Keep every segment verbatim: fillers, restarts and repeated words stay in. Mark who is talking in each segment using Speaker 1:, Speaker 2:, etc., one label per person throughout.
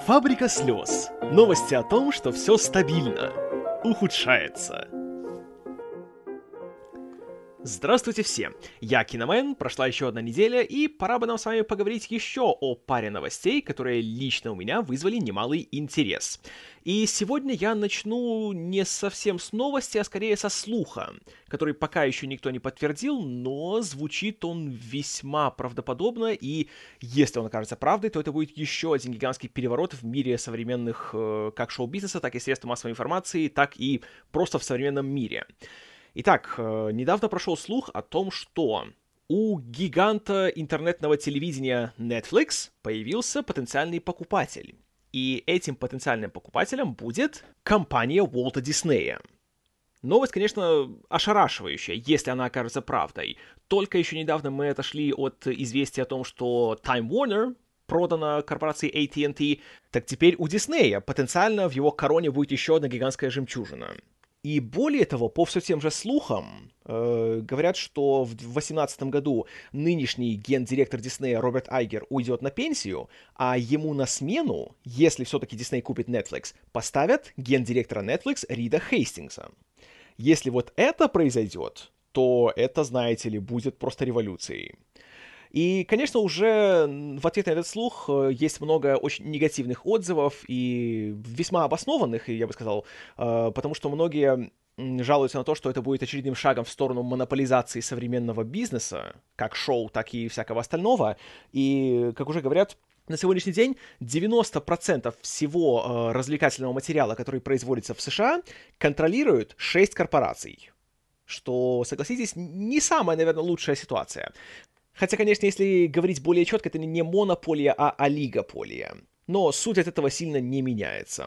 Speaker 1: Фабрика слез. Новости о том, что все стабильно. Ухудшается. Здравствуйте все! Я Киномен, прошла еще одна неделя, и пора бы нам с вами поговорить еще о паре новостей, которые лично у меня вызвали немалый интерес. И сегодня я начну не совсем с новости, а скорее со слуха, который пока еще никто не подтвердил, но звучит он весьма правдоподобно, и если он окажется правдой, то это будет еще один гигантский переворот в мире современных э, как шоу-бизнеса, так и средств массовой информации, так и просто в современном мире. Итак, недавно прошел слух о том, что у гиганта интернетного телевидения Netflix появился потенциальный покупатель. И этим потенциальным покупателем будет компания Уолта Диснея. Новость, конечно, ошарашивающая, если она окажется правдой. Только еще недавно мы отошли от известия о том, что Time Warner продана корпорации эй ти энд ти, так теперь у Диснея потенциально в его короне будет еще одна гигантская жемчужина. И более того, по все тем же слухам, э, говорят, что в две тысячи восемнадцатом году нынешний гендиректор Диснея Роберт Айгер уйдет на пенсию, а ему на смену, если все-таки Дисней купит Netflix, поставят гендиректора Netflix Рида Хейстингса. Если вот это произойдет, то это, знаете ли, будет просто революцией. И, конечно, уже в ответ на этот слух есть много очень негативных отзывов и весьма обоснованных, я бы сказал, потому что многие жалуются на то, что это будет очередным шагом в сторону монополизации современного бизнеса, как шоу, так и всякого остального. И, как уже говорят, на сегодняшний день девяносто процентов всего э, развлекательного материала, который производится в США, контролируют шесть корпораций. Что, согласитесь, не самая, наверное, лучшая ситуация. Хотя, конечно, если говорить более четко, это не монополия, а олигополия. Но суть от этого сильно не меняется.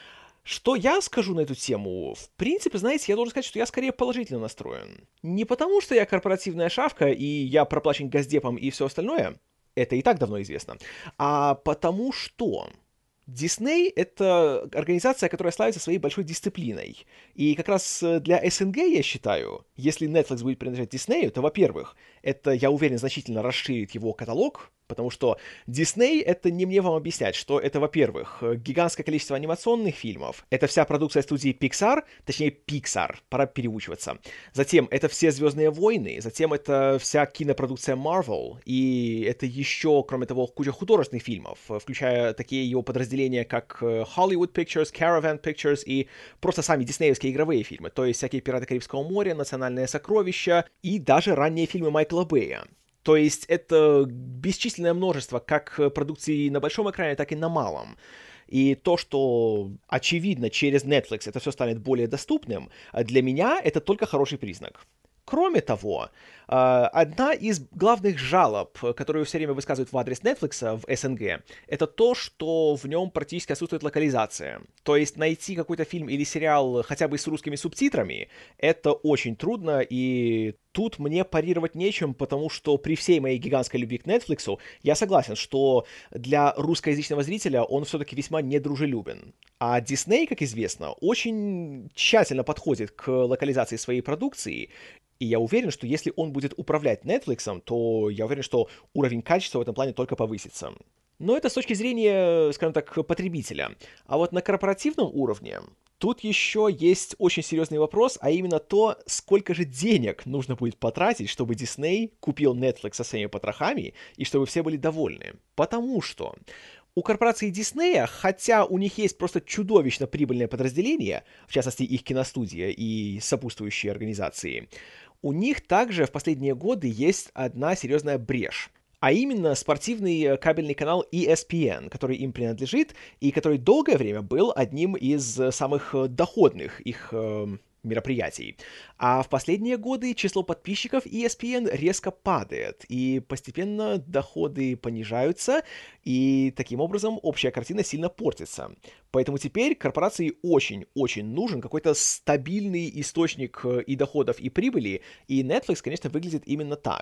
Speaker 1: Что я скажу на эту тему? В принципе, знаете, я должен сказать, что я скорее положительно настроен. Не потому, что я корпоративная шавка, и я проплачен Госдепом и все остальное. Это и так давно известно. А потому что Дисней — это организация, которая славится своей большой дисциплиной. И как раз для эс эн гэ, я считаю, если Netflix будет принадлежать Диснею, то, во-первых, это, я уверен, значительно расширит его каталог, потому что Дисней — это не мне вам объяснять, что это, во-первых, гигантское количество анимационных фильмов, это вся продукция студии Pixar, точнее Pixar, пора переучиваться. Затем это все «Звездные войны», затем это вся кинопродукция Marvel, и это еще, кроме того, куча художественных фильмов, включая такие его подразделения, как Hollywood Pictures, Caravan Pictures и просто сами диснеевские игровые фильмы, то есть всякие «Пираты Карибского моря», «Национальные сокровища» и даже ранние фильмы Майкла Бэя. То есть это бесчисленное множество как продукции на большом экране, так и на малом. И то, что, очевидно, через Netflix это все станет более доступным, для меня это только хороший признак. Кроме того, одна из главных жалоб, которую все время высказывают в адрес Netflix в эс эн гэ, это то, что в нем практически отсутствует локализация. То есть найти какой-то фильм или сериал хотя бы с русскими субтитрами, это очень трудно, и тут мне парировать нечем, потому что при всей моей гигантской любви к Netflix я согласен, что для русскоязычного зрителя он все-таки весьма недружелюбен. А Disney, как известно, очень тщательно подходит к локализации своей продукции, и я уверен, что если он будет управлять Netflix, то я уверен, что уровень качества в этом плане только повысится. Но это с точки зрения, скажем так, потребителя. А вот на корпоративном уровне тут еще есть очень серьезный вопрос, а именно то, сколько же денег нужно будет потратить, чтобы Disney купил Netflix со своими потрохами и чтобы все были довольны. Потому что у корпорации Диснея, хотя у них есть просто чудовищно прибыльное подразделение, в частности их киностудия и сопутствующие организации, у них также в последние годы есть одна серьезная брешь. А именно спортивный кабельный канал и эс пи эн, который им принадлежит и который долгое время был одним из самых доходных их э, мероприятий. А в последние годы число подписчиков и эс пи эн резко падает, и постепенно доходы понижаются, и таким образом общая картина сильно портится. Поэтому теперь корпорации очень-очень нужен какой-то стабильный источник и доходов, и прибыли, и Netflix, конечно, выглядит именно так.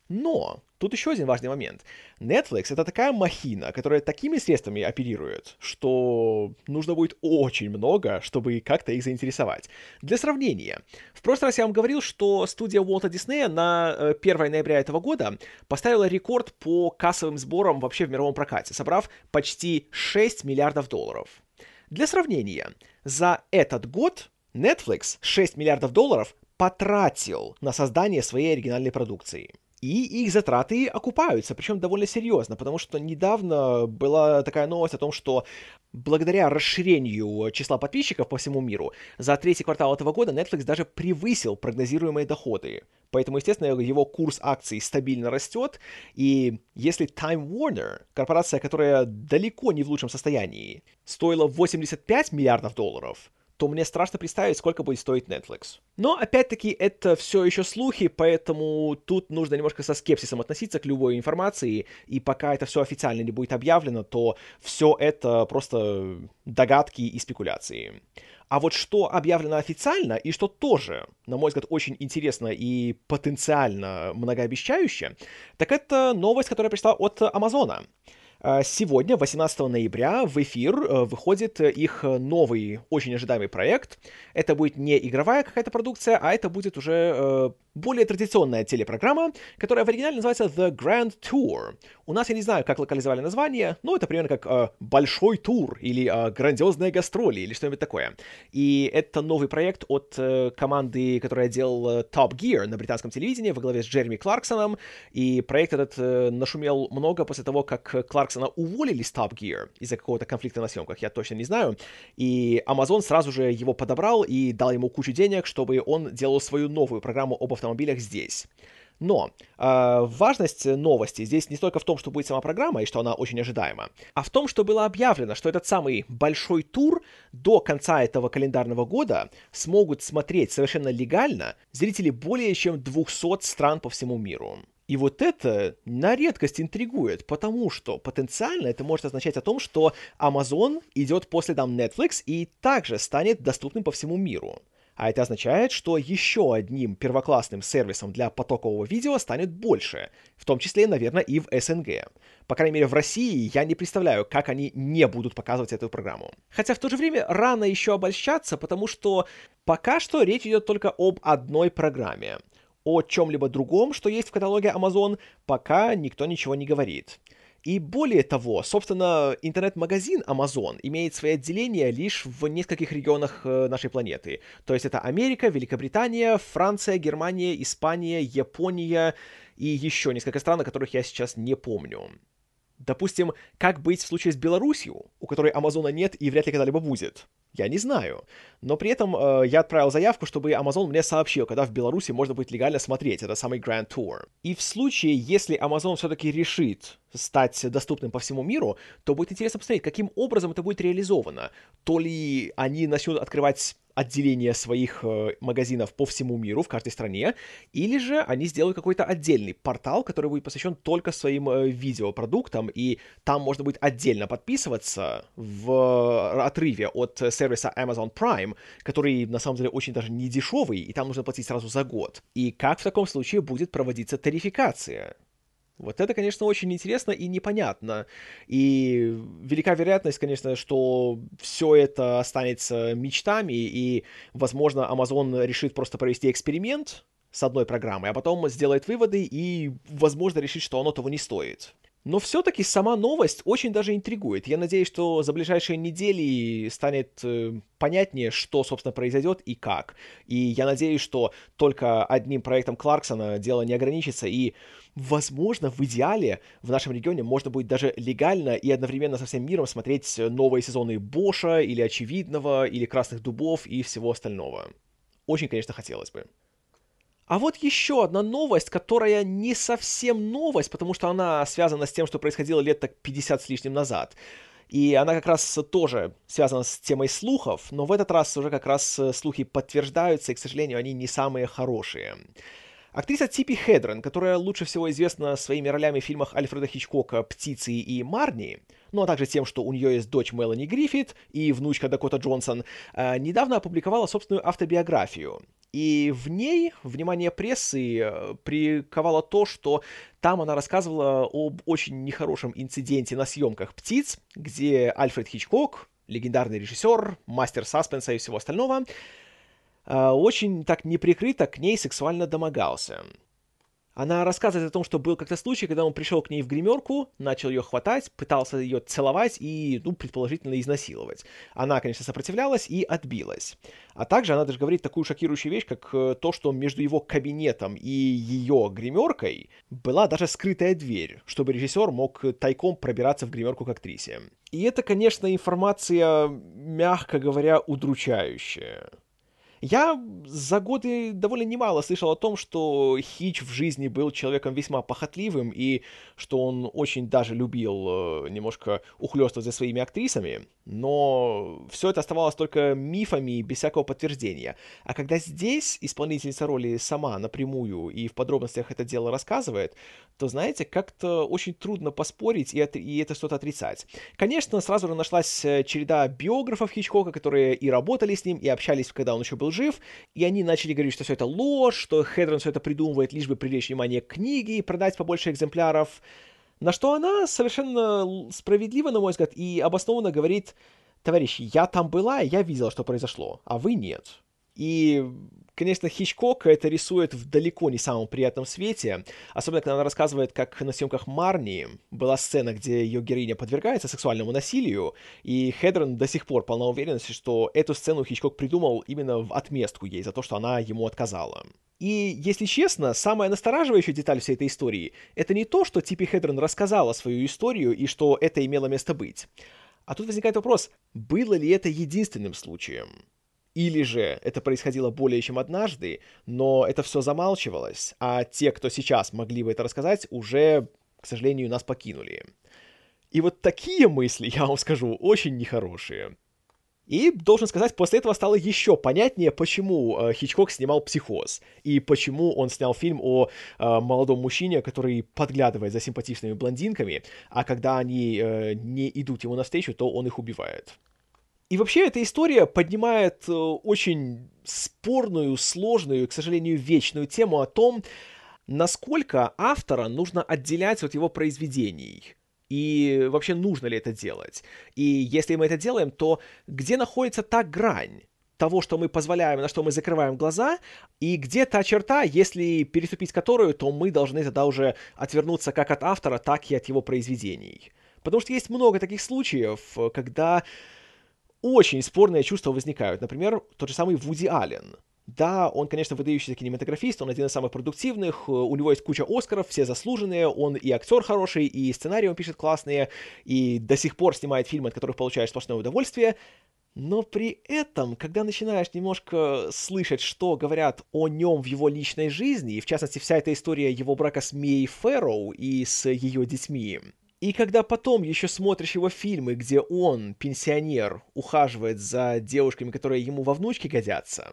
Speaker 1: Но тут еще один важный момент. Netflix — это такая махина, которая такими средствами оперирует, что нужно будет очень много, чтобы как-то их заинтересовать. Для сравнения, в прошлый раз я вам говорил, что студия Уолта Диснея на первое ноября этого года поставила рекорд по кассовым сборам вообще в мировом прокате, собрав почти шесть миллиардов долларов. Для сравнения, за этот год Netflix шесть миллиардов долларов потратил на создание своей оригинальной продукции. И их затраты окупаются, причем довольно серьезно, потому что недавно была такая новость о том, что благодаря расширению числа подписчиков по всему миру, за третий квартал этого года Netflix даже превысил прогнозируемые доходы. Поэтому, естественно, его курс акций стабильно растет, и если Time Warner, корпорация, которая далеко не в лучшем состоянии, стоила восемьдесят пять миллиардов долларов, то мне страшно представить, сколько будет стоить Netflix. Но, опять-таки, это все еще слухи, поэтому тут нужно немножко со скепсисом относиться к любой информации, и пока это все официально не будет объявлено, то все это просто догадки и спекуляции. А вот что объявлено официально, и что тоже, на мой взгляд, очень интересно и потенциально многообещающе, так это новость, которая пришла от Амазона. Сегодня, восемнадцатого ноября, в эфир выходит их новый, очень ожидаемый проект. Это будет не игровая какая-то продукция, а это будет уже более традиционная телепрограмма, которая в оригинале называется The Grand Tour. У нас я не знаю, как локализовали название, но это примерно как э, «Большой тур» или э, «Грандиозные гастроли» или что-нибудь такое. И это новый проект от э, команды, которая делала Top Gear на британском телевидении во главе с Джереми Кларксоном. И проект этот э, нашумел много после того, как Кларксона уволили с Top Gear из-за какого-то конфликта на съемках, я точно не знаю. И Amazon сразу же его подобрал и дал ему кучу денег, чтобы он делал свою новую программу об автомобилях автомобилях здесь. Но э, важность новости здесь не столько в том, что будет сама программа и что она очень ожидаема, а в том, что было объявлено, что этот самый большой тур до конца этого календарного года смогут смотреть совершенно легально зрители более чем двухсот стран по всему миру. И вот это на редкость интригует, потому что потенциально это может означать о том, что Amazon идет по следам Netflix и также станет доступным по всему миру. А это означает, что еще одним первоклассным сервисом для потокового видео станет больше, в том числе, наверное, и в СНГ. По крайней мере, в России я не представляю, как они не будут показывать эту программу. Хотя в то же время рано еще обольщаться, потому что пока что речь идет только об одной программе. О чем-либо другом, что есть в каталоге Amazon, пока никто ничего не говорит. И более того, собственно, интернет-магазин Amazon имеет свои отделения лишь в нескольких регионах нашей планеты. То есть это Америка, Великобритания, Франция, Германия, Испания, Япония и еще несколько стран, о которых я сейчас не помню. Допустим, как быть в случае с Беларусью, у которой Амазона нет и вряд ли когда-либо будет? Я не знаю. Но при этом э, я отправил заявку, чтобы Amazon мне сообщил, когда в Беларуси можно будет легально смотреть этот самый Grand Tour. И в случае, если Amazon все-таки решит стать доступным по всему миру, то будет интересно посмотреть, каким образом это будет реализовано. То ли они начнут открывать отделение своих э, магазинов по всему миру, в каждой стране, или же они сделают какой-то отдельный портал, который будет посвящен только своим э, видеопродуктам, и там можно будет отдельно подписываться в отрыве от сервиса Amazon Prime, который на самом деле очень даже не дешевый, и там нужно платить сразу за год. И как в таком случае будет проводиться тарификация? Вот это, конечно, очень интересно и непонятно. И велика вероятность, конечно, что все это останется мечтами, и, возможно, Amazon решит просто провести эксперимент с одной программой, а потом сделает выводы и, возможно, решит, что оно того не стоит. Но все-таки сама новость очень даже интригует. Я надеюсь, что за ближайшие недели станет э, понятнее, что, собственно, произойдет и как. И я надеюсь, что только одним проектом Кларксона дело не ограничится, и, возможно, в идеале в нашем регионе можно будет даже легально и одновременно со всем миром смотреть новые сезоны Боша, или Очевидного, или Красных Дубов и всего остального. Очень, конечно, хотелось бы. А вот еще одна новость, которая не совсем новость, потому что она связана с тем, что происходило лет так пятьдесят с лишним назад. И она как раз тоже связана с темой слухов, но в этот раз уже как раз слухи подтверждаются, и, к сожалению, они не самые хорошие. Актриса Типи Хедрон, которая лучше всего известна своими ролями в фильмах Альфреда Хичкока «Птицы» и «Марни», ну а также тем, что у нее есть дочь Мелани Гриффит и внучка Дакота Джонсон, недавно опубликовала собственную автобиографию. И в ней внимание прессы приковало то, что там она рассказывала об очень нехорошем инциденте на съемках «Птиц», где Альфред Хичкок, легендарный режиссер, мастер саспенса и всего остального, очень так неприкрыто к ней сексуально домогался. Она рассказывает о том, что был как-то случай, когда он пришел к ней в гримерку, начал ее хватать, пытался ее целовать и, ну, предположительно, изнасиловать. Она, конечно, сопротивлялась и отбилась. А также она даже говорит такую шокирующую вещь, как то, что между его кабинетом и ее гримеркой была даже скрытая дверь, чтобы режиссер мог тайком пробираться в гримерку к актрисе. И это, конечно, информация, мягко говоря, удручающая. Я за годы довольно немало слышал о том, что Хич в жизни был человеком весьма похотливым и что он очень даже любил э, немножко ухлёстывать за своими актрисами, но все это оставалось только мифами без всякого подтверждения. А когда здесь исполнительница роли сама напрямую и в подробностях это дело рассказывает, то, знаете, как-то очень трудно поспорить и, от... и это что-то отрицать. Конечно, сразу же нашлась череда биографов Хичкока, которые и работали с ним, и общались, когда он еще был жив, и они начали говорить, что все это ложь, что Хедрон все это придумывает, лишь бы привлечь внимание к книге и продать побольше экземпляров. На что она совершенно справедливо, на мой взгляд, и обоснованно говорит: товарищи, я там была, и я видела, что произошло, а вы нет. И, конечно, Хичкок это рисует в далеко не самом приятном свете, особенно когда она рассказывает, как на съемках Марни была сцена, где ее героиня подвергается сексуальному насилию, и Хедрон до сих пор полна уверенности, что эту сцену Хичкок придумал именно в отместку ей за то, что она ему отказала. И, если честно, самая настораживающая деталь всей этой истории — это не то, что Типи Хедрон рассказала свою историю и что это имело место быть. А тут возникает вопрос, было ли это единственным случаем? Или же это происходило более чем однажды, но это все замалчивалось, а те, кто сейчас могли бы это рассказать, уже, к сожалению, нас покинули. И вот такие мысли, я вам скажу, очень нехорошие. И, должен сказать, после этого стало еще понятнее, почему э, Хичкок снимал «Психоз», и почему он снял фильм о э, молодом мужчине, который подглядывает за симпатичными блондинками, а когда они э, не идут ему навстречу, то он их убивает. И вообще эта история поднимает э, очень спорную, сложную, к сожалению, вечную тему о том, насколько автора нужно отделять от его произведений. И вообще нужно ли это делать? И если мы это делаем, то где находится та грань того, что мы позволяем, на что мы закрываем глаза, и где та черта, если переступить которую, то мы должны тогда уже отвернуться как от автора, так и от его произведений. Потому что есть много таких случаев, когда очень спорные чувства возникают. Например, тот же самый Вуди Аллен. Да, он, конечно, выдающийся кинематографист, он один из самых продуктивных, у него есть куча Оскаров, все заслуженные, он и актер хороший, и сценарий он пишет классные, и до сих пор снимает фильмы, от которых получаешь сплошное удовольствие. Но при этом, когда начинаешь немножко слышать, что говорят о нем в его личной жизни, и в частности вся эта история его брака с Мией Фэрроу и с ее детьми, и когда потом еще смотришь его фильмы, где он, пенсионер, ухаживает за девушками, которые ему во внучки годятся,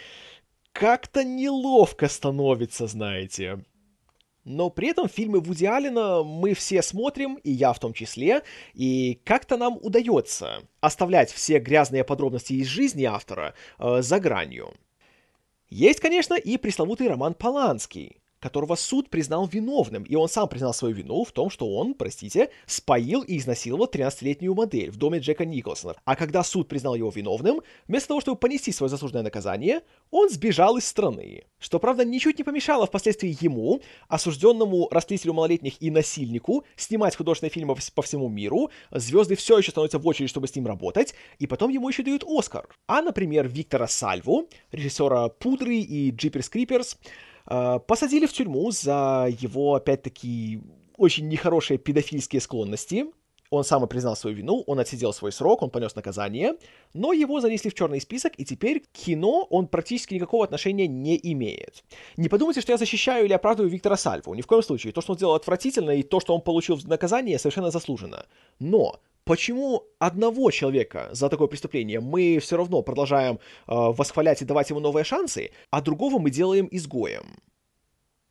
Speaker 1: как-то неловко становится, знаете. Но при этом фильмы Вуди Аллена мы все смотрим, и я в том числе, и как-то нам удается оставлять все грязные подробности из жизни автора э, за гранью. Есть, конечно, и пресловутый Роман Полански, которого суд признал виновным, и он сам признал свою вину в том, что он, простите, споил и изнасиловал тринадцатилетнюю модель в доме Джека Николсона. А когда суд признал его виновным, вместо того, чтобы понести свое заслуженное наказание, он сбежал из страны. Что, правда, ничуть не помешало впоследствии ему, осужденному растлителю малолетних и насильнику, снимать художественные фильмы по всему миру, звезды все еще становятся в очередь, чтобы с ним работать, и потом ему еще дают Оскар. А, например, Виктора Сальву, режиссера «Пудры» и «Джиперс Криперс», посадили в тюрьму за его, опять-таки, очень нехорошие педофильские склонности. Он сам и признал свою вину, он отсидел свой срок, он понес наказание, но его занесли в черный список, и теперь к кино он практически никакого отношения не имеет. Не подумайте, что я защищаю или оправдываю Виктора Сальву, ни в коем случае. То, что он сделал, отвратительно, и то, что он получил в наказание, совершенно заслуженно. Но почему одного человека за такое преступление мы все равно продолжаем э, восхвалять и давать ему новые шансы, а другого мы делаем изгоем?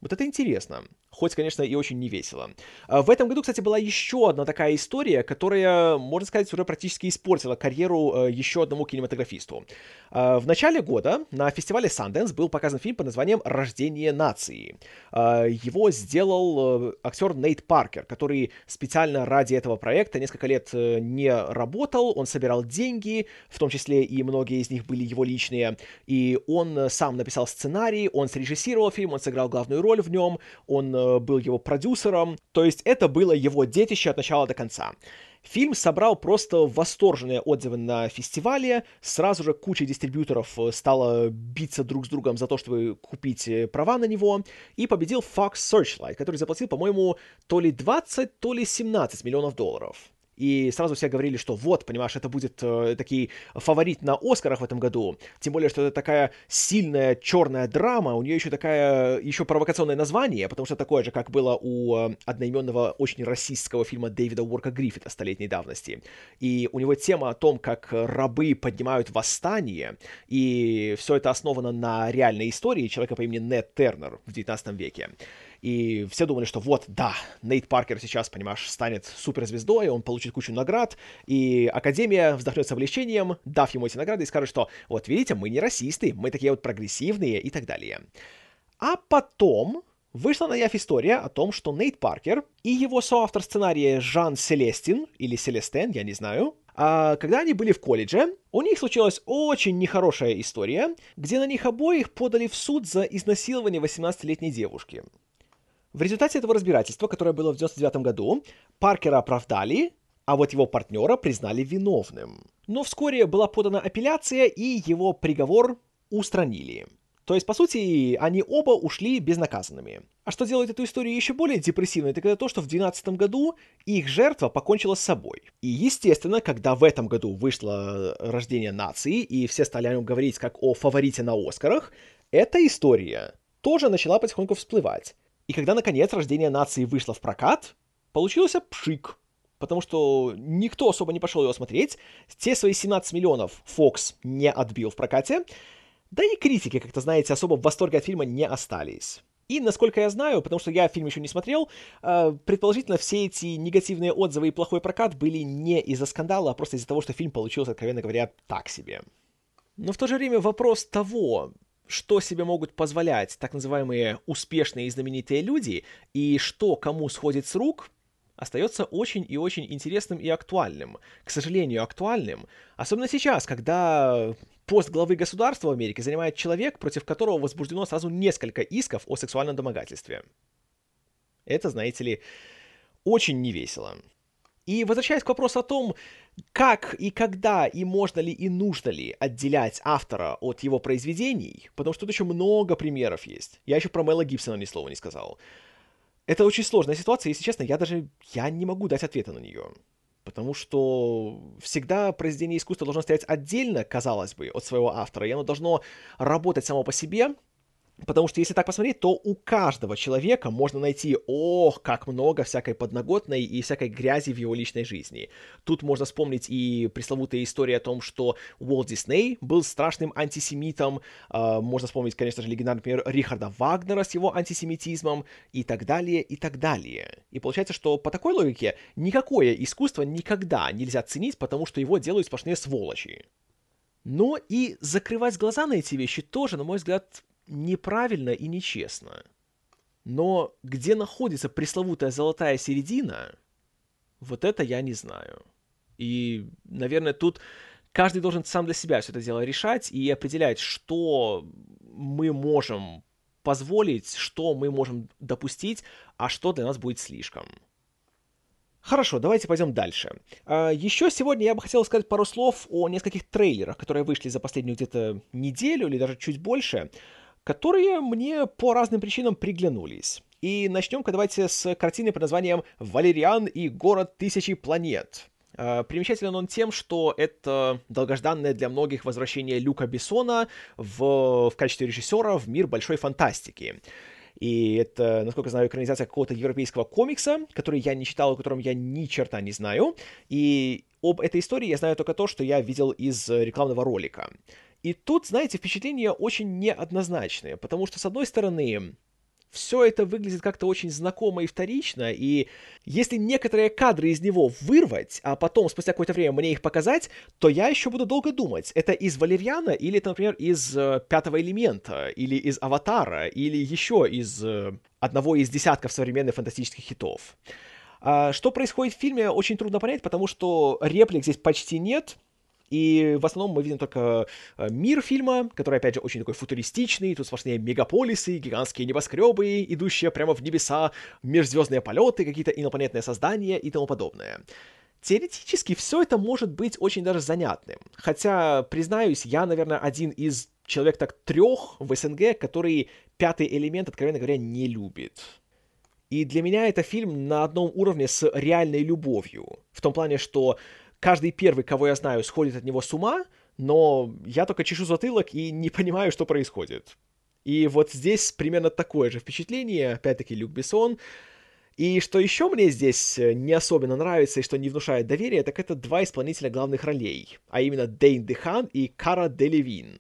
Speaker 1: Вот это интересно. Хоть, конечно, и очень невесело. А В этом году, кстати, была еще одна такая история, которая, можно сказать, уже практически испортила карьеру э, еще одному кинематографисту. А, В начале года на фестивале Sundance был показан фильм под названием «Рождение нации». А, Его сделал э, актер Нейт Паркер, который специально ради этого проекта несколько лет э, не работал, он собирал деньги, в том числе и многие из них были его личные, и он э, сам написал сценарий, он срежиссировал фильм, он сыграл главную роль в нем, он э, был его продюсером, то есть это было его детище от начала до конца. Фильм собрал просто восторженные отзывы на фестивале, сразу же куча дистрибьюторов э, стала биться друг с другом за то, чтобы купить э, права на него, и победил Fox Searchlight, который заплатил, по-моему, то ли двадцать, то ли семнадцать миллионов долларов. И сразу все говорили, что вот, понимаешь, это будет э, такой фаворит на Оскарах в этом году. Тем более, что это такая сильная черная драма, у нее еще такая, еще провокационное название, потому что такое же, как было у э, одноименного очень расистского фильма Дэвида Уорка Гриффита столетней давности. И у него тема о том, как рабы поднимают восстание, и все это основано на реальной истории человека по имени Нед Тернер в девятнадцатом веке. И все думали, что вот, да, Нейт Паркер сейчас, понимаешь, станет суперзвездой, он получит кучу наград, и Академия вздохнет с облегчением, дав ему эти награды, и скажет, что вот, видите, мы не расисты, мы такие вот прогрессивные и так далее. А потом вышла на явь история о том, что Нейт Паркер и его соавтор сценария Жан Селестин, или Селестен, я не знаю, а когда они были в колледже, у них случилась очень нехорошая история, где на них обоих подали в суд за изнасилование восемнадцатилетней девушки. В результате этого разбирательства, которое было в девяносто девятом году, Паркера оправдали, а вот его партнера признали виновным. Но вскоре была подана апелляция, и его приговор устранили. То есть, по сути, они оба ушли безнаказанными. А что делает эту историю еще более депрессивной, так это то, что в две тысячи двенадцатом году их жертва покончила с собой. И, естественно, когда в этом году вышло «Рождение нации», и все стали о нем говорить как о фаворите на Оскарах, эта история тоже начала потихоньку всплывать. И когда, наконец, «Рождение нации» вышло в прокат, получился пшик. Потому что никто особо не пошел его смотреть. Те свои семнадцать миллионов Fox не отбил в прокате. Да и критики, как-то, знаете, особо в восторге от фильма не остались. И, насколько я знаю, потому что я фильм еще не смотрел, предположительно, все эти негативные отзывы и плохой прокат были не из-за скандала, а просто из-за того, что фильм получился, откровенно говоря, так себе. Но в то же время вопрос того, что себе могут позволять так называемые успешные и знаменитые люди, и что кому сходит с рук, остается очень и очень интересным и актуальным. К сожалению, актуальным. Особенно сейчас, когда пост главы государства в Америке занимает человек, против которого возбуждено сразу несколько исков о сексуальном домогательстве. Это, знаете ли, очень невесело. И возвращаясь к вопросу о том, как и когда и можно ли и нужно ли отделять автора от его произведений, потому что тут еще много примеров есть. Я еще про Мэла Гибсона ни слова не сказал. Это очень сложная ситуация, если честно, я даже я не могу дать ответа на нее. Потому что всегда произведение искусства должно стоять отдельно, казалось бы, от своего автора, и оно должно работать само по себе. Потому что если так посмотреть, то у каждого человека можно найти, ох, как много всякой подноготной и всякой грязи в его личной жизни. Тут можно вспомнить и пресловутые истории о том, что Уолт Дисней был страшным антисемитом. Э, можно вспомнить, конечно же, легендарный пример Рихарда Вагнера с его антисемитизмом и так далее, и так далее. И получается, что по такой логике никакое искусство никогда нельзя ценить, потому что его делают сплошные сволочи. Но и закрывать глаза на эти вещи тоже, на мой взгляд, неправильно и нечестно. Но где находится пресловутая золотая середина, вот это я не знаю. И, наверное, тут каждый должен сам для себя все это дело решать и определять, что мы можем позволить, что мы можем допустить, а что для нас будет слишком. Хорошо, давайте пойдем дальше. Еще сегодня я бы хотел сказать пару слов о нескольких трейлерах, которые вышли за последнюю где-то неделю или даже чуть больше, которые мне по разным причинам приглянулись. И начнем-ка давайте с картины под названием «Валериан и город тысячи планет». Примечателен он тем, что это долгожданное для многих возвращение Люка Бессона в, в качестве режиссера в мир большой фантастики. И это, насколько я знаю, экранизация какого-то европейского комикса, который я не читал, о котором я ни черта не знаю. И об этой истории я знаю только то, что я видел из рекламного ролика. И тут, знаете, впечатления очень неоднозначные, потому что, с одной стороны, все это выглядит как-то очень знакомо и вторично, и если некоторые кадры из него вырвать, а потом спустя какое-то время мне их показать, то я еще буду долго думать, это из «Валерьяна» или это, например, из э, «Пятого элемента», или из «Аватара», или еще из э, одного из десятков современных фантастических хитов. А что происходит в фильме, очень трудно понять, потому что реплик здесь почти нет, и в основном мы видим только мир фильма, который, опять же, очень такой футуристичный, тут сплошные мегаполисы, гигантские небоскребы, идущие прямо в небеса, межзвездные полеты, какие-то инопланетные создания и тому подобное. Теоретически все это может быть очень даже занятным. Хотя, признаюсь, я, наверное, один из человек так трех в СНГ, который «Пятый элемент», откровенно говоря, не любит. И для меня это фильм на одном уровне с «Реальной любовью». В том плане, что каждый первый, кого я знаю, сходит от него с ума, но я только чешу затылок и не понимаю, что происходит. И вот здесь примерно такое же впечатление, опять-таки, Люк Бессон. И что еще мне здесь не особенно нравится и что не внушает доверия, так это два исполнителя главных ролей, а именно Дэйн Дехан и Кара Делевин.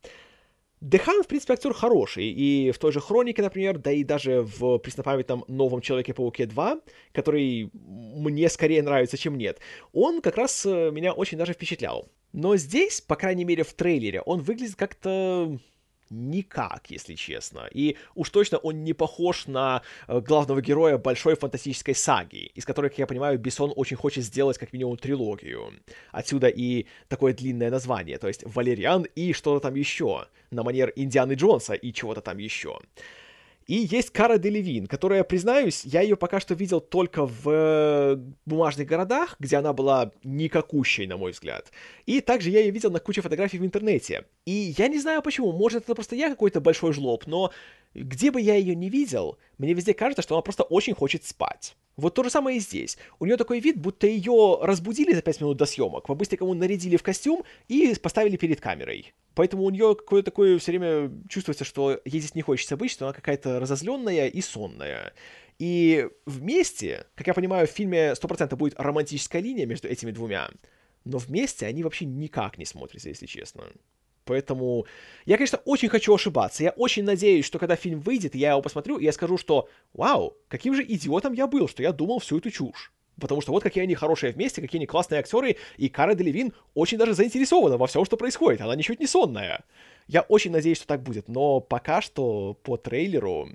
Speaker 1: Дехан, в принципе, актер хороший, и в той же «Хронике», например, да и даже в преснопамятном «Новом Человеке-пауке два», который мне скорее нравится, чем нет, он как раз меня очень даже впечатлял. Но здесь, по крайней мере, в трейлере, он выглядит как-то никак, если честно. И уж точно он не похож на главного героя большой фантастической саги, из которой, как я понимаю, Бессон очень хочет сделать как минимум трилогию. Отсюда и такое длинное название, то есть «Валерьян» и что-то там еще, на манер Индианы Джонса и чего-то там еще. И есть Кара Делевин, которая, признаюсь, я ее пока что видел только в «Бумажных городах», где она была никакущей, на мой взгляд. И также я ее видел на куче фотографий в интернете. И я не знаю почему, может это просто я какой-то большой жлоб, но где бы я ее не видел, мне везде кажется, что она просто очень хочет спать. Вот то же самое и здесь. У нее такой вид, будто ее разбудили за пять минут до съемок, по-быстрому нарядили в костюм и поставили перед камерой. Поэтому у нее какое-то такое все время чувствуется, что ей здесь не хочется быть, что она какая-то разозленная и сонная. И вместе, как я понимаю, в фильме сто процентов будет романтическая линия между этими двумя, но вместе они вообще никак не смотрятся, если честно. Поэтому я, конечно, очень хочу ошибаться. Я очень надеюсь, что когда фильм выйдет, я его посмотрю, и я скажу, что «Вау, каким же идиотом я был, что я думал всю эту чушь». Потому что вот какие они хорошие вместе, какие они классные актеры, и Кара Делевин очень даже заинтересована во всем, что происходит. Она ничуть не сонная. Я очень надеюсь, что так будет, но пока что по трейлеру,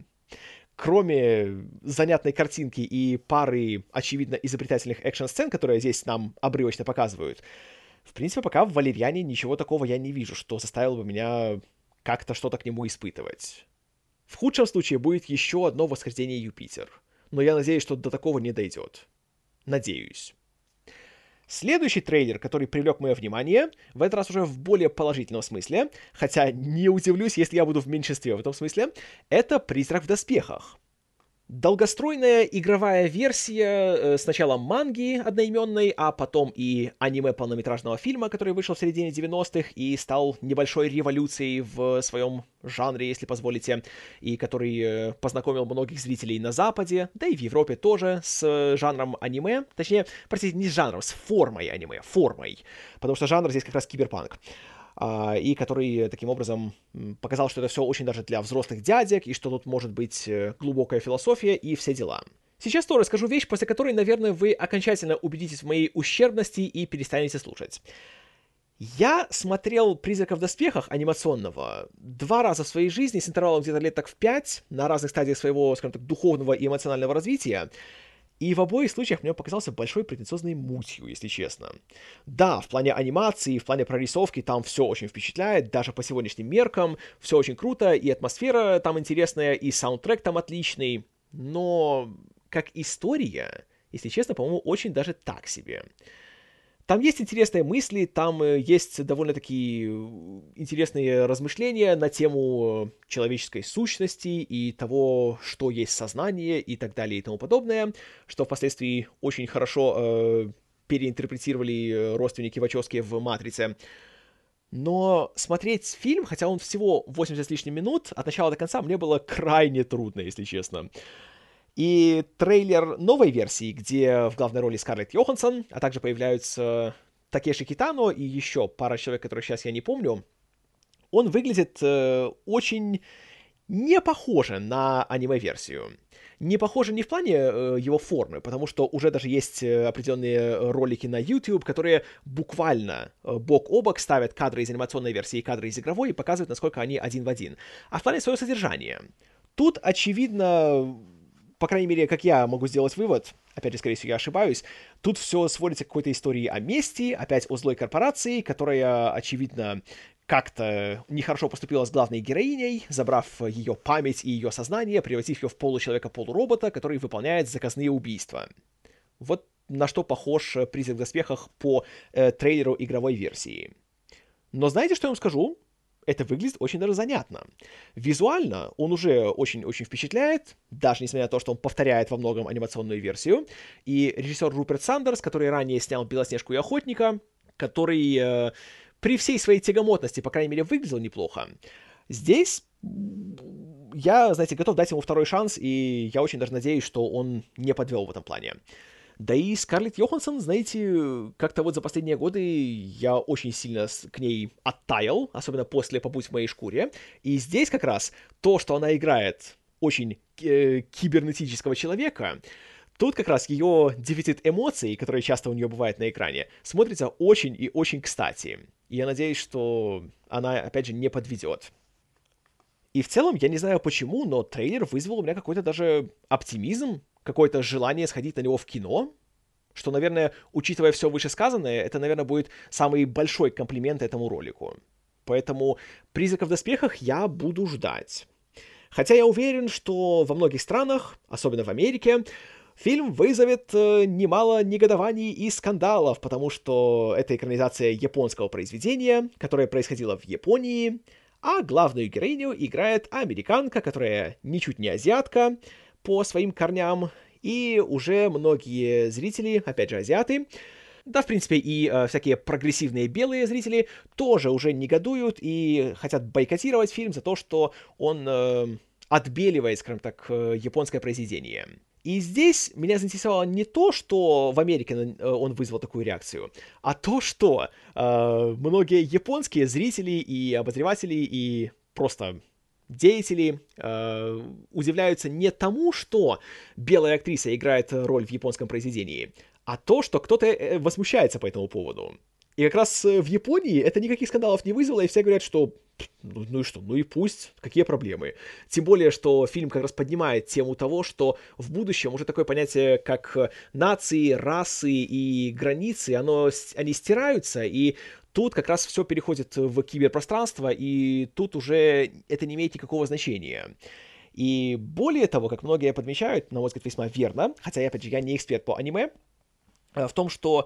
Speaker 1: кроме занятной картинки и пары, очевидно, изобретательных экшн-сцен, которые здесь нам обрывочно показывают, в принципе, пока в «Валерьяне» ничего такого я не вижу, что заставило бы меня как-то что-то к нему испытывать. В худшем случае будет еще одно «Восхождение Юпитер». Но я надеюсь, что до такого не дойдет. Надеюсь. Следующий трейлер, который привлек мое внимание, в этот раз уже в более положительном смысле, хотя не удивлюсь, если я буду в меньшинстве в этом смысле, это «Призрак в доспехах». Долгостройная игровая версия э, сначала манги одноименной, а потом и аниме полнометражного фильма, который вышел в середине девяностых и стал небольшой революцией в своем жанре, если позволите, и который э, познакомил многих зрителей на Западе, да и в Европе тоже, с жанром аниме, точнее, простите, не с жанром, с формой аниме, формой, потому что жанр здесь как раз киберпанк. И который таким образом показал, что это все очень даже для взрослых дядек, и что тут может быть глубокая философия и все дела. Сейчас тоже скажу вещь, после которой, наверное, вы окончательно убедитесь в моей ущербности и перестанете слушать. Я смотрел «Призрака в доспехах» анимационного два раза в своей жизни, с интервалом где-то лет так в пять, на разных стадиях своего, скажем так, духовного и эмоционального развития. И в обоих случаях мне показался большой претенциозной мутью, если честно. Да, в плане анимации, в плане прорисовки там все очень впечатляет, даже по сегодняшним меркам, все очень круто, и атмосфера там интересная, и саундтрек там отличный, но как история, если честно, по-моему, очень даже так себе. Там есть интересные мысли, там есть довольно-таки интересные размышления на тему человеческой сущности и того, что есть сознание и так далее и тому подобное, что впоследствии очень хорошо э, переинтерпретировали родственники Вачовски в «Матрице». Но смотреть фильм, хотя он всего восемьдесят с лишним минут, от начала до конца мне было крайне трудно, если честно. И трейлер новой версии, где в главной роли Скарлетт Йоханссон, а также появляются Такеши Китано и еще пара человек, которых сейчас я не помню, он выглядит э, очень не похоже на аниме-версию. Не похоже не в плане э, его формы, потому что уже даже есть э, определенные ролики на YouTube, которые буквально э, бок о бок ставят кадры из анимационной версии и кадры из игровой и показывают, насколько они один в один. А в плане своего содержания. Тут, очевидно, по крайней мере, как я могу сделать вывод, опять же, скорее всего, я ошибаюсь, тут все сводится к какой-то истории о мести, опять о злой корпорации, которая, очевидно, как-то нехорошо поступила с главной героиней, забрав ее память и ее сознание, превратив ее в получеловека-полуробота, который выполняет заказные убийства. Вот на что похож «Призрак в доспехах» по э, трейлеру игровой версии. Но знаете, что я вам скажу? Это выглядит очень даже занятно. Визуально он уже очень-очень впечатляет, даже несмотря на то, что он повторяет во многом анимационную версию. И режиссер Руперт Сандерс, который ранее снял «Белоснежку и охотника», который... Э, при всей своей тягомотности, по крайней мере, выглядел неплохо. Здесь я, знаете, готов дать ему второй шанс, и я очень даже надеюсь, что он не подвел в этом плане. Да и Скарлетт Йоханссон, знаете, как-то вот за последние годы я очень сильно к ней оттаял, особенно после «Побудь в моей шкуре». И здесь как раз то, что она играет очень э, кибернетического человека, тут как раз ее дефицит эмоций, который часто у нее бывает на экране, смотрится очень и очень кстати. И я надеюсь, что она, опять же, не подведет. И в целом, я не знаю почему, но трейлер вызвал у меня какой-то даже оптимизм, какое-то желание сходить на него в кино, что, наверное, учитывая все вышесказанное, это, наверное, будет самый большой комплимент этому ролику. Поэтому «Призрака в доспехах» я буду ждать. Хотя я уверен, что во многих странах, особенно в Америке, фильм вызовет э, немало негодований и скандалов, потому что это экранизация японского произведения, которое происходило в Японии, а главную героиню играет американка, которая ничуть не азиатка по своим корням, и уже многие зрители, опять же азиаты, да, в принципе, и э, всякие прогрессивные белые зрители тоже уже негодуют и хотят бойкотировать фильм за то, что он э, отбеливает, скажем так, э, японское произведение. И здесь меня заинтересовало не то, что в Америке он вызвал такую реакцию, а то, что э, многие японские зрители и обозреватели и просто деятели э, удивляются не тому, что белая актриса играет роль в японском произведении, а то, что кто-то возмущается по этому поводу. И как раз в Японии это никаких скандалов не вызвало, и все говорят, что ну, ну и что, ну и пусть, какие проблемы. Тем более, что фильм как раз поднимает тему того, что в будущем уже такое понятие, как нации, расы и границы, оно, они стираются, и тут как раз все переходит в киберпространство, и тут уже это не имеет никакого значения. И более того, как многие подмечают, на мой взгляд, весьма верно, хотя, опять же, я не эксперт по аниме, в том, что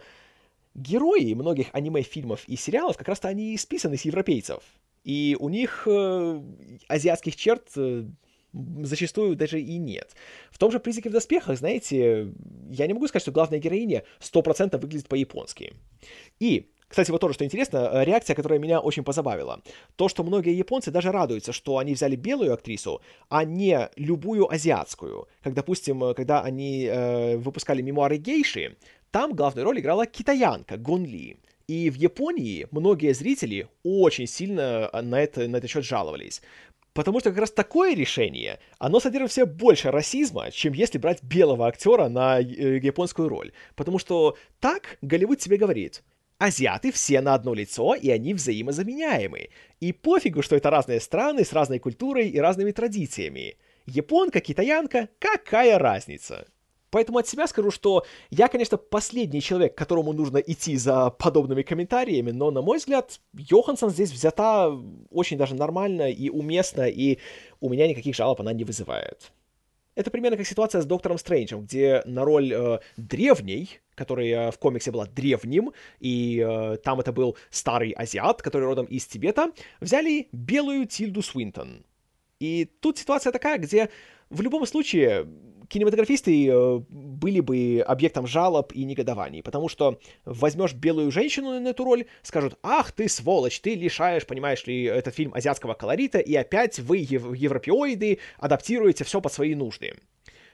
Speaker 1: герои многих аниме-фильмов и сериалов как раз-то они списаны с европейцев. И у них э, азиатских черт э, зачастую даже и нет. В том же «Призраке в доспехах», знаете, я не могу сказать, что главная героиня сто процентов выглядит по-японски. И, кстати, вот тоже, что интересно, реакция, которая меня очень позабавила. То, что многие японцы даже радуются, что они взяли белую актрису, а не любую азиатскую. Как, допустим, когда они э, выпускали «Мемуары гейши», там главную роль играла китаянка Гон Ли. И в Японии многие зрители очень сильно на, это, на этот счет жаловались. Потому что как раз такое решение, оно содержит в себе больше расизма, чем если брать белого актера на японскую роль. Потому что так Голливуд тебе говорит: азиаты все на одно лицо, и они взаимозаменяемы. И пофигу, что это разные страны с разной культурой и разными традициями. Японка, китаянка, какая разница? Поэтому от себя скажу, что я, конечно, последний человек, которому нужно идти за подобными комментариями, но, на мой взгляд, Йоханссон здесь взята очень даже нормально и уместно, и у меня никаких жалоб она не вызывает. Это примерно как ситуация с Доктором Стрэнджем, где на роль э, древней, которая в комиксе была древним, и э, там это был старый азиат, который родом из Тибета, взяли белую Тильду Свинтон. И тут ситуация такая, где в любом случае кинематографисты э, были бы объектом жалоб и негодований, потому что возьмешь белую женщину на эту роль, скажут: ах ты сволочь, ты лишаешь, понимаешь ли, этот фильм азиатского колорита, и опять вы, ев- европеоиды, адаптируете все под свои нужды.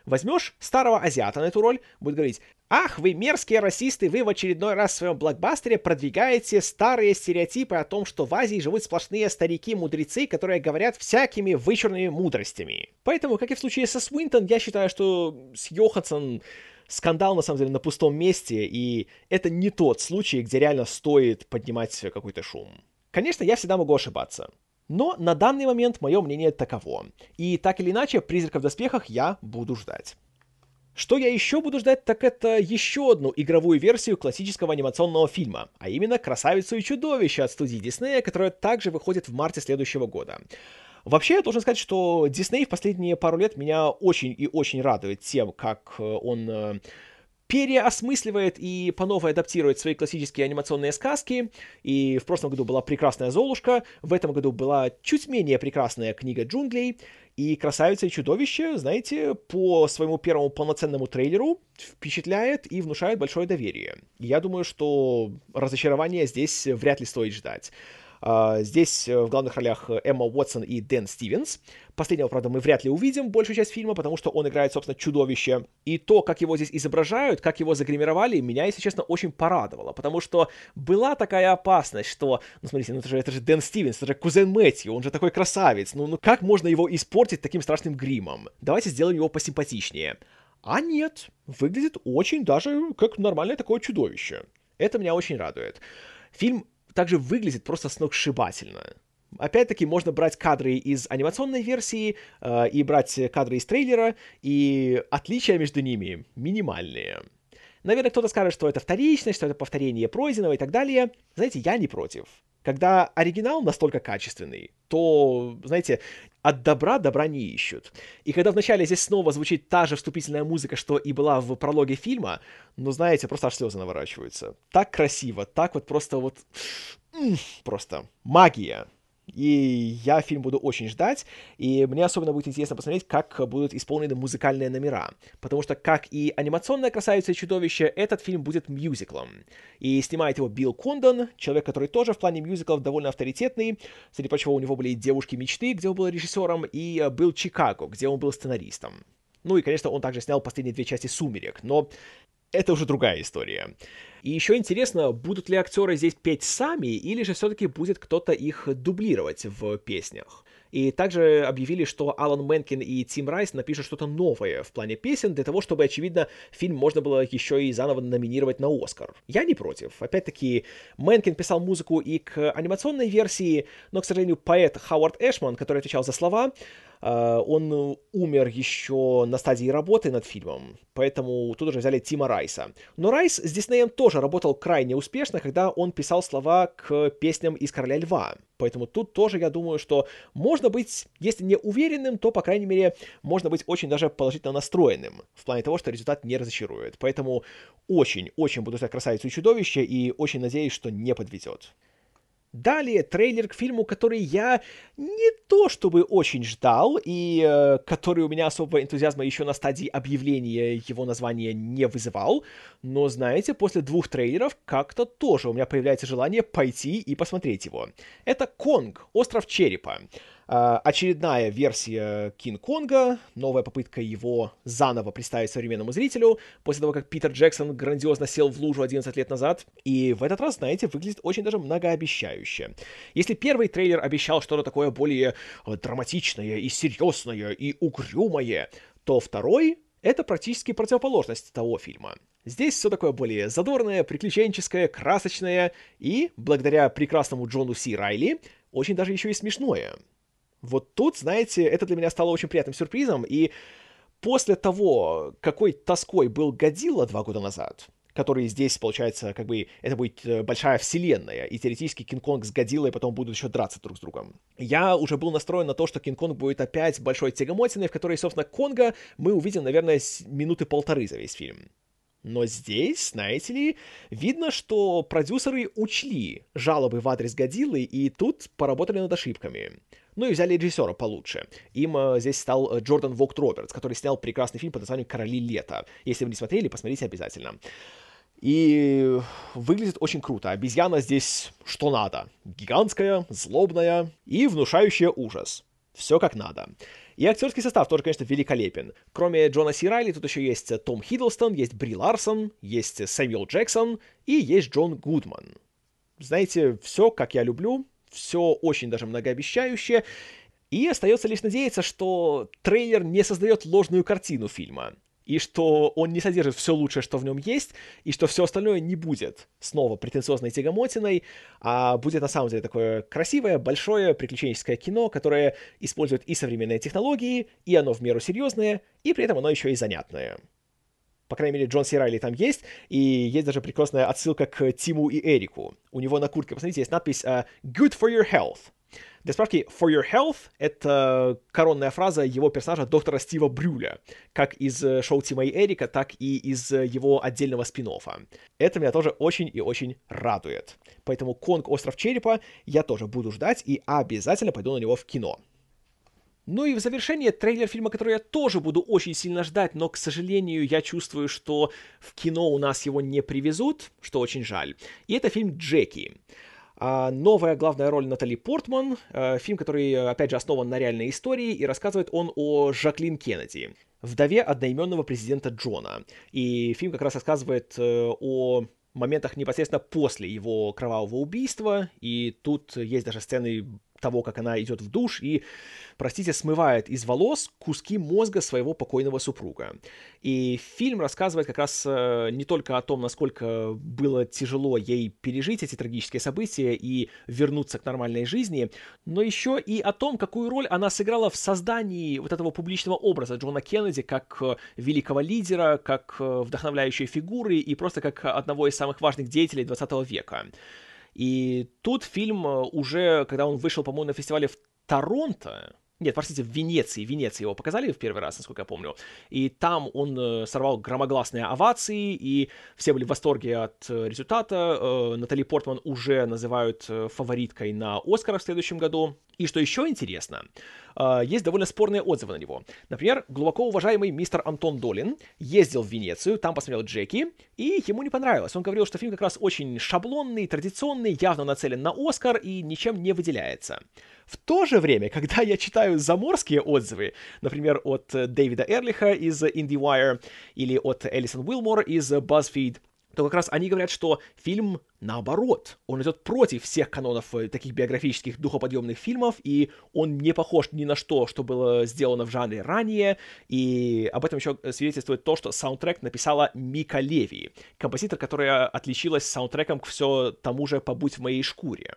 Speaker 1: Возьмешь старого азиата на эту роль, будет говорить: «Ах, вы мерзкие расисты, вы в очередной раз в своем блокбастере продвигаете старые стереотипы о том, что в Азии живут сплошные старики-мудрецы, которые говорят всякими вычурными мудростями». Поэтому, как и в случае со Свинтон, я считаю, что с Йоханссон скандал, на самом деле, на пустом месте, и это не тот случай, где реально стоит поднимать какой-то шум. Конечно, я всегда могу ошибаться. Но на данный момент мое мнение таково. И так или иначе, «Призрака в доспехах» я буду ждать. Что я еще буду ждать, так это еще одну игровую версию классического анимационного фильма, а именно «Красавицу и чудовище» от студии Диснея, которая также выходит в марте следующего года. Вообще, я должен сказать, что Дисней в последние пару лет меня очень и очень радует тем, как он переосмысливает и по новой адаптирует свои классические анимационные сказки. И в прошлом году была «Прекрасная Золушка», в этом году была чуть менее прекрасная «Книга джунглей», и «Красавица и чудовище», знаете, по своему первому полноценному трейлеру впечатляет и внушает большое доверие. Я думаю, что разочарования здесь вряд ли стоит ждать. Здесь в главных ролях Эмма Уотсон и Дэн Стивенс. Последнего, правда, мы вряд ли увидим большую часть фильма, потому что он играет, собственно, чудовище. И то, как его здесь изображают, как его загримировали, меня, если честно, очень порадовало. Потому что была такая опасность, что, ну, смотрите, ну это же, это же Дэн Стивенс, это же кузен Мэтью, он же такой красавец. Ну, ну как можно его испортить таким страшным гримом? Давайте сделаем его посимпатичнее. А нет, выглядит очень даже как нормальное такое чудовище. Это меня очень радует. Фильм также выглядит просто сногсшибательно. Опять-таки, можно брать кадры из анимационной версии э, и брать кадры из трейлера, и отличия между ними минимальные. Наверное, кто-то скажет, что это вторичность, что это повторение пройденного и так далее. Знаете, я не против. Когда оригинал настолько качественный, то, знаете, от добра добра не ищут. И когда вначале здесь снова звучит та же вступительная музыка, что и была в прологе фильма, ну, знаете, просто аж слезы наворачиваются. Так красиво, так вот просто вот... Просто магия. И я фильм буду очень ждать, и мне особенно будет интересно посмотреть, как будут исполнены музыкальные номера. Потому что, как и анимационная «Красавица и чудовище», этот фильм будет мюзиклом. И снимает его Билл Кондон, человек, который тоже в плане мюзиклов довольно авторитетный. Среди прочего, у него были «Девушки мечты», где он был режиссером, и был «Чикаго», где он был сценаристом. Ну и, конечно, он также снял последние две части «Сумерек», но это уже другая история. И еще интересно, будут ли актеры здесь петь сами, или же все-таки будет кто-то их дублировать в песнях. И также объявили, что Алан Менкин и Тим Райс напишут что-то новое в плане песен, для того, чтобы, очевидно, фильм можно было еще и заново номинировать на Оскар. Я не против. Опять-таки, Менкин писал музыку и к анимационной версии, но, к сожалению, поэт Хауард Эшман, который отвечал за слова, он умер еще на стадии работы над фильмом, поэтому тут уже взяли Тима Райса. Но Райс с Диснеем тоже работал крайне успешно, когда он писал слова к песням из «Короля льва». Поэтому тут тоже, я думаю, что можно быть, если не уверенным, то, по крайней мере, можно быть очень даже положительно настроенным, в плане того, что результат не разочарует. Поэтому очень-очень буду ждать «Красавицу и чудовище» и очень надеюсь, что не подведет. Далее трейлер к фильму, который я не то чтобы очень ждал, и э, который у меня особого энтузиазма еще на стадии объявления его названия не вызывал, но, знаете, после двух трейлеров как-то тоже у меня появляется желание пойти и посмотреть его. Это «Конг. Остров черепа». Uh, очередная версия Кинг-Конга, новая попытка его заново представить современному зрителю, после того, как Питер Джексон грандиозно сел в лужу одиннадцать лет назад. И в этот раз, знаете, выглядит очень даже многообещающе. Если первый трейлер обещал что-то такое более драматичное и серьезное и угрюмое, то второй — это практически противоположность того фильма. Здесь все такое более задорное, приключенческое, красочное и, благодаря прекрасному Джону Си Райли, очень даже еще и смешное. Вот тут, знаете, это для меня стало очень приятным сюрпризом, и после того, какой тоской был «Годзилла» два года назад, который здесь, получается, как бы, это будет большая вселенная, и теоретически Кинг-Конг с Годзиллой потом будут еще драться друг с другом. Я уже был настроен на то, что Кинг-Конг будет опять большой тягомотиной, в которой, собственно, Конга мы увидим, наверное, минуты полторы за весь фильм. Но здесь, знаете ли, видно, что продюсеры учли жалобы в адрес Годзиллы и тут поработали над ошибками. Ну и взяли режиссера получше. Им э, здесь стал Джордан Вогт-Робертс, который снял прекрасный фильм под названием «Короли лета». Если вы не смотрели, посмотрите обязательно. И выглядит очень круто. Обезьяна здесь что надо. Гигантская, злобная и внушающая ужас. Все как надо. И актерский состав тоже, конечно, великолепен. Кроме Джона Си Райли, тут еще есть Том Хиддлстон, есть Бри Ларсон, есть Сэмюэл Джексон и есть Джон Гудман. Знаете, все, как я люблю, все очень даже многообещающе. И остается лишь надеяться, что трейлер не создает ложную картину фильма. И что он не содержит все лучшее, что в нем есть, и что все остальное не будет снова претенциозной тягомотиной, а будет на самом деле такое красивое, большое приключенческое кино, которое использует и современные технологии, и оно в меру серьезное, и при этом оно еще и занятное. По крайней мере, Джон Си Райли там есть, и есть даже прекрасная отсылка к Тиму и Эрику. У него на куртке, посмотрите, есть надпись uh, «Good for your health». Для справки, «for your health» — это коронная фраза его персонажа доктора Стива Брюля, как из шоу Тима и Эрика, так и из его отдельного спин-оффа. Это меня тоже очень и очень радует. Поэтому «Конг. Остров Черепа» я тоже буду ждать и обязательно пойду на него в кино. Ну и в завершение трейлер фильма, который я тоже буду очень сильно ждать, но, к сожалению, я чувствую, что в кино у нас его не привезут, что очень жаль. И это фильм «Джеки». Uh, новая главная роль Натали Портман, uh, фильм, который, опять же, основан на реальной истории, и рассказывает он о Жаклин Кеннеди, вдове одноименного президента Джона. И фильм как раз рассказывает uh, о моментах непосредственно после его кровавого убийства, и тут есть даже сцены того, как она идет в душ и, простите, смывает из волос куски мозга своего покойного супруга. И фильм рассказывает как раз э, не только о том, насколько было тяжело ей пережить эти трагические события и вернуться к нормальной жизни, но еще и о том, какую роль она сыграла в создании вот этого публичного образа Джона Кеннеди как э, великого лидера, как э, вдохновляющей фигуры и просто как одного из самых важных деятелей двадцатого века. И тут фильм уже, когда он вышел, по-моему, на фестивале в Торонто, нет, простите, в Венеции, в Венеции его показали в первый раз, насколько я помню, и там он сорвал громогласные овации, и все были в восторге от результата. Натали Портман уже называют фавориткой на Оскар в следующем году. И что еще интересно, есть довольно спорные отзывы на него. Например, глубоко уважаемый мистер Антон Долин ездил в Венецию, там посмотрел «Джеки», и ему не понравилось. Он говорил, что фильм как раз очень шаблонный, традиционный, явно нацелен на Оскар и ничем не выделяется. В то же время, когда я читаю заморские отзывы, например, от Дэвида Эрлиха из IndieWire или от Элисон Уилмор из BuzzFeed, то как раз они говорят, что фильм наоборот. Он идет против всех канонов таких биографических духоподъемных фильмов, и он не похож ни на что, что было сделано в жанре ранее, и об этом еще свидетельствует то, что саундтрек написала Мика Леви, композитор, которая отличилась саундтреком к все тому же «Побудь в моей шкуре».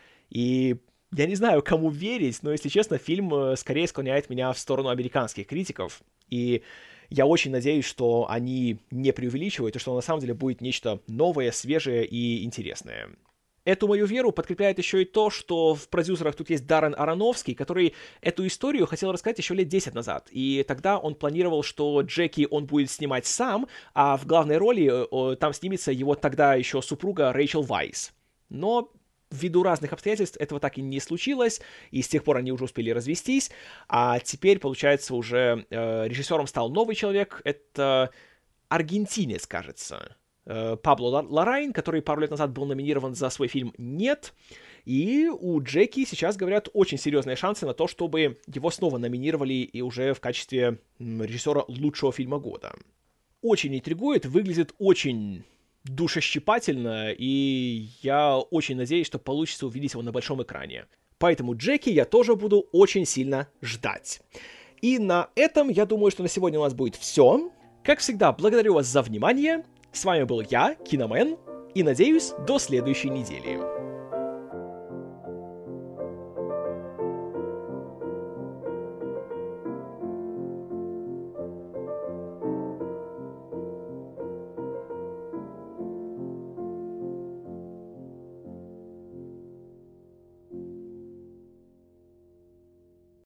Speaker 1: И я не знаю, кому верить, но, если честно, фильм скорее склоняет меня в сторону американских критиков, и я очень надеюсь, что они не преувеличивают, и что на самом деле будет нечто новое, свежее и интересное. Эту мою веру подкрепляет еще и то, что в продюсерах тут есть Даррен Аронофский, который эту историю хотел рассказать еще лет десять назад. И тогда он планировал, что Джеки он будет снимать сам, а в главной роли о, там снимется его тогда еще супруга Рэйчел Вайс. Но ввиду разных обстоятельств этого так и не случилось, и с тех пор они уже успели развестись, а теперь, получается, уже э, режиссером стал новый человек, это аргентинец, кажется, э, Пабло Ларрайн, который пару лет назад был номинирован за свой фильм «Нет», и у Джеки сейчас, говорят, очень серьезные шансы на то, чтобы его снова номинировали и уже в качестве режиссера лучшего фильма года. Очень интригует, выглядит очень душещипательно, и я очень надеюсь, что получится увидеть его на большом экране. Поэтому Джеки я тоже буду очень сильно ждать. И на этом, я думаю, что на сегодня у нас будет все. Как всегда, благодарю вас за внимание. С вами был я, Киномен, и надеюсь, до следующей недели.